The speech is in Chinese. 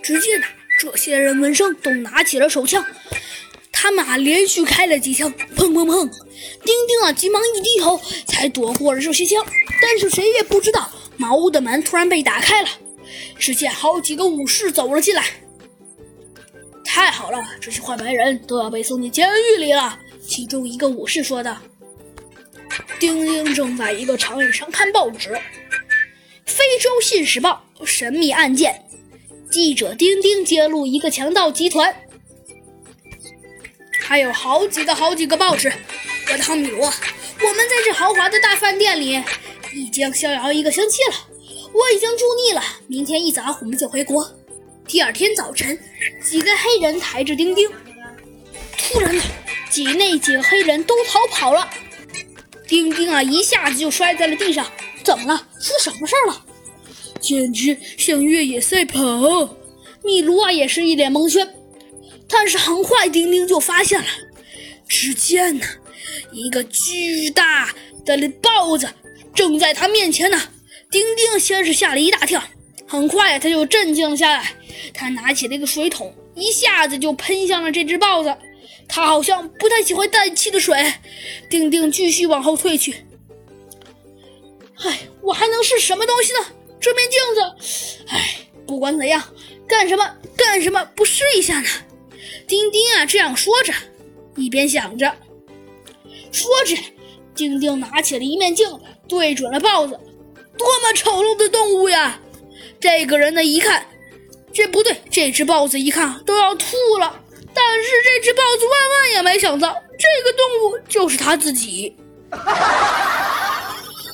只见这些人闻声都拿起了手枪，他们连续开了几枪，砰砰砰！丁丁急忙一低头，才躲过了这些枪。但是谁也不知道，茅屋的门突然被打开了，只见好几个武士走了进来。太好了，这些坏白人都要被送进监狱里了，其中一个武士说道。丁丁正在一个长椅上看报纸，非洲信使报神秘案件，记者丁丁揭露一个强盗集团。还有好几个报纸。我的好米罗，我们在这豪华的大饭店里已经逍遥1个星期了，我已经住腻了，明天一早我们就回国。第二天早晨，几个黑人抬着丁丁，突然那几个黑人都逃跑了。丁丁一下子就摔在了地上。怎么了？出什么事了？简直像越野赛跑！米卢也是一脸蒙圈。但是很快丁丁就发现了，只见一个巨大的豹子正在他面前呢。丁丁先是吓了一大跳，很快他就镇静了下来。他拿起了一个水桶，一下子就喷向了这只豹子。他好像不太喜欢氮气的水。丁丁继续往后退去。我还能是什么东西呢？这面镜子，不管怎样，干什么不试一下呢？丁丁这样说着，一边想着。说着，丁丁拿起了一面镜子，对准了豹子。多么丑陋的动物呀！这个人一看，这只豹子一看都要吐了。但是这只豹子万万也没想到，这个动物就是他自己。